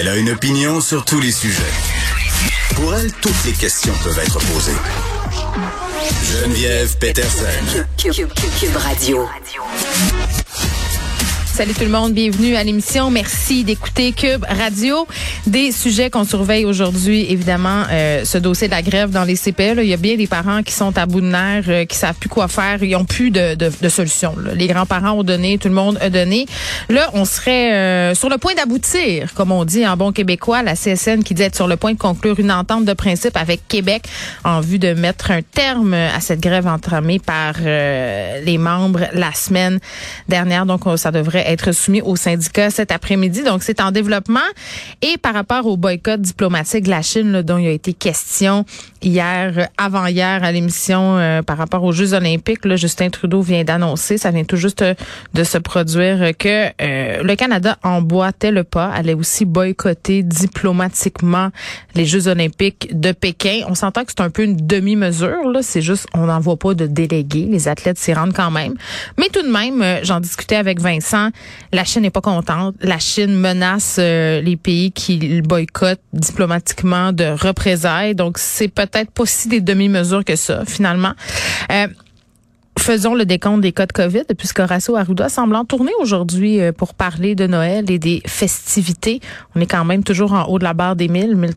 Elle a une opinion sur tous les sujets. Pour elle, toutes les questions peuvent être posées. Geneviève Peterson. Cube Radio. Salut tout le monde, bienvenue à l'émission. Merci d'écouter Cube Radio. Des sujets qu'on surveille aujourd'hui, évidemment, ce dossier de la grève dans les CPE. Là, il y a bien des parents qui sont à bout de nerfs, qui savent plus quoi faire. Ils ont plus de solution. Là. Les grands-parents ont donné, tout le monde a donné. Là, on serait sur le point d'aboutir, comme on dit en bon québécois. La CSN qui dit être sur le point de conclure une entente de principe avec Québec en vue de mettre un terme à cette grève entamée par les membres la semaine dernière. Donc, ça devrait être soumis au syndicat cet après-midi. Donc, c'est en développement. Et par rapport au boycott diplomatique de la Chine, là, dont il a été question hier, avant-hier à l'émission par rapport aux Jeux olympiques, là, Justin Trudeau vient d'annoncer, ça vient tout juste de se produire, que le Canada emboîtait le pas, allait aussi boycotter diplomatiquement les Jeux olympiques de Pékin. On s'entend que c'est un peu une demi-mesure, là. C'est juste, on n'envoie pas de délégués. Les athlètes s'y rendent quand même. Mais tout de même, j'en discutais avec Vincent. La Chine n'est pas contente. La Chine menace les pays qui le boycottent diplomatiquement de représailles. Donc, c'est peut-être pas si des demi-mesures que ça, finalement. Faisons le décompte des cas de COVID, puisque Horacio Arruda semble en tourner aujourd'hui pour parler de Noël et des festivités. On est quand même toujours en haut de la barre des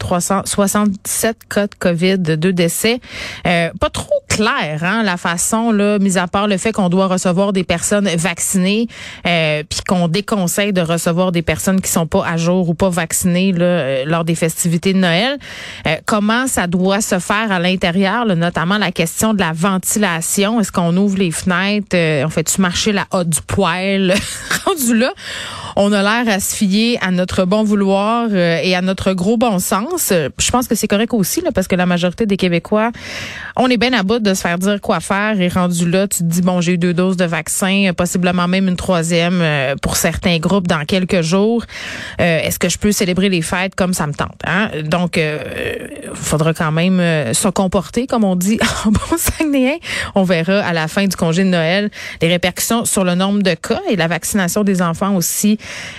1367 cas de COVID, 2 décès. Pas trop clair, hein, la façon, là, mis à part le fait qu'on doit recevoir des personnes vaccinées, puis qu'on déconseille de recevoir des personnes qui sont pas à jour ou pas vaccinées là, lors des festivités de Noël. Comment ça doit se faire à l'intérieur, là, notamment la question de la ventilation. Est-ce qu'on ouvre les fenêtres, on fait-tu marcher la hotte du poêle? Rendu là, on a l'air à se fier à notre bon vouloir et à notre gros bon sens. Je pense que c'est correct aussi, là, parce que la majorité des Québécois, on est bien à bout de se faire dire quoi faire. Et rendu là, tu te dis, bon, j'ai eu 2 doses de vaccin, possiblement même une 3e pour certains groupes dans quelques jours. Est-ce que je peux célébrer les fêtes comme ça me tente? Hein? Donc, faudra quand même se comporter, comme on dit en bon Saguenayen. On verra à la fin du congé de Noël les répercussions sur le nombre de cas et la vaccination des enfants aussi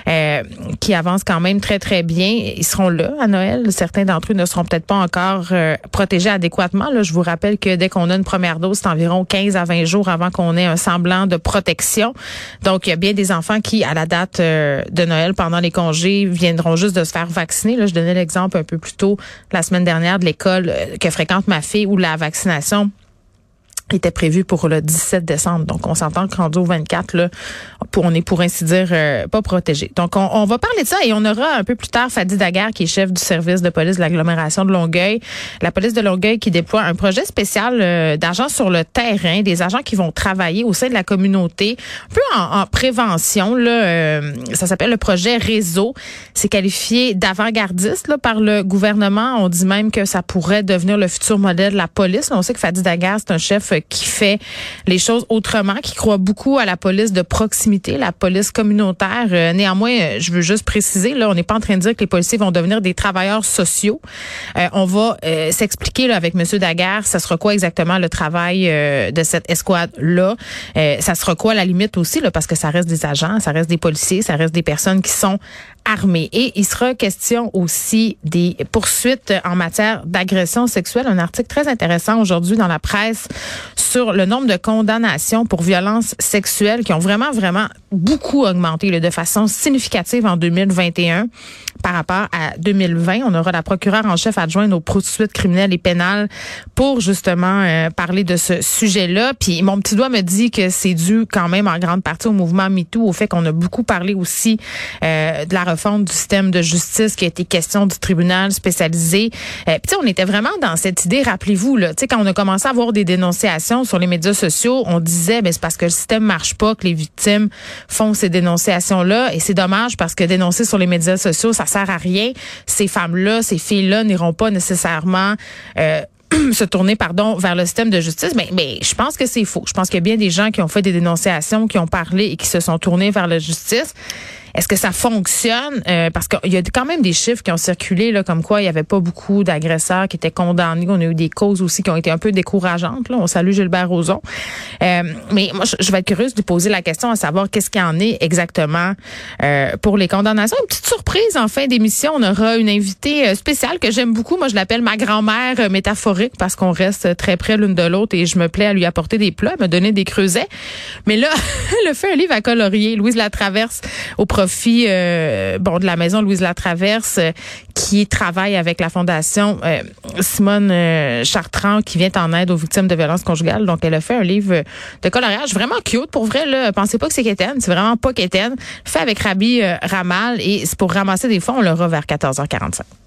qui avance quand même très, très bien. Ils seront là à Noël. Certains d'entre eux ne seront peut-être pas encore protégés adéquatement. Là, je vous rappelle que dès qu'on a une première dose, c'est environ 15 à 20 jours avant qu'on ait un semblant de protection. Donc, il y a bien des enfants qui, à la date de Noël, pendant les congés, viendront juste de se faire vacciner. Là, je donnais l'exemple un peu plus tôt la semaine dernière de l'école que fréquente ma fille où la vaccination était prévu pour le 17 décembre. Donc, on s'entend que rendu au 24, là, on est pour ainsi dire pas protégé. Donc, on va parler de ça et on aura un peu plus tard Fadi Daguerre, qui est chef du service de police de l'agglomération de Longueuil. La police de Longueuil qui déploie un projet spécial d'agents sur le terrain, des agents qui vont travailler au sein de la communauté, un peu en prévention. Là, ça s'appelle le projet Réseau. C'est qualifié d'avant-gardiste là, par le gouvernement. On dit même que ça pourrait devenir le futur modèle de la police. Là, on sait que Fadi Daguerre, c'est un chef qui fait les choses autrement, qui croit beaucoup à la police de proximité, la police communautaire. Néanmoins, je veux juste préciser, là, on n'est pas en train de dire que les policiers vont devenir des travailleurs sociaux. On va s'expliquer là, avec M. Daguerre, ça sera quoi exactement le travail de cette escouade-là. Ça sera quoi la limite aussi, là, parce que ça reste des agents, ça reste des policiers, ça reste des personnes qui sont armées. Et il sera question aussi des poursuites en matière d'agression sexuelle. Un article très intéressant aujourd'hui dans la presse sur le nombre de condamnations pour violences sexuelles qui ont vraiment beaucoup augmenté là, de façon significative en 2021 par rapport à 2020. On aura la procureure en chef adjointe aux poursuites criminelles et pénales pour justement parler de ce sujet-là. Puis mon petit doigt me dit que c'est dû quand même en grande partie au mouvement MeToo, au fait qu'on a beaucoup parlé aussi de la refonte du système de justice, qui a été question du tribunal spécialisé. Puis tu sais, on était vraiment dans cette idée, rappelez-vous, là, tu sais, quand on a commencé à avoir des dénonciations sur les médias sociaux, on disait, ben c'est parce que le système marche pas que les victimes font ces dénonciations-là. Et c'est dommage parce que dénoncer sur les médias sociaux, ça sert à rien. Ces femmes-là, ces filles-là n'iront pas nécessairement se tourner vers le système de justice, mais je pense que c'est faux. Je pense qu'il y a bien des gens qui ont fait des dénonciations, qui ont parlé et qui se sont tournés vers la justice. Est-ce que ça fonctionne? Parce qu'il y a quand même des chiffres qui ont circulé, là, comme quoi il y avait pas beaucoup d'agresseurs qui étaient condamnés. On a eu des causes aussi qui ont été un peu décourageantes. Là. On salue Gilbert Rozon. Mais moi, je vais être curieuse de lui poser la question à savoir qu'est-ce qu'il y en est exactement pour les condamnations. Une petite surprise en fin d'émission. On aura une invitée spéciale que j'aime beaucoup. Moi, je l'appelle ma grand-mère métaphorique parce qu'on reste très près l'une de l'autre et je me plais à lui apporter des plats, me donner des creusets. Mais là, elle a fait un livre à colorier, Louise Latraverse, au profit de la maison Louise Latraverse, qui travaille avec la fondation Simone Chartrand, qui vient en aide aux victimes de violences conjugales. Donc, elle a fait un livre de coloriage vraiment cute. Pour vrai, là, pensez pas que c'est quétaine. C'est vraiment pas quétaine. Fait avec Rabi Ramal et c'est pour ramasser des fonds. On l'aura vers 14h45.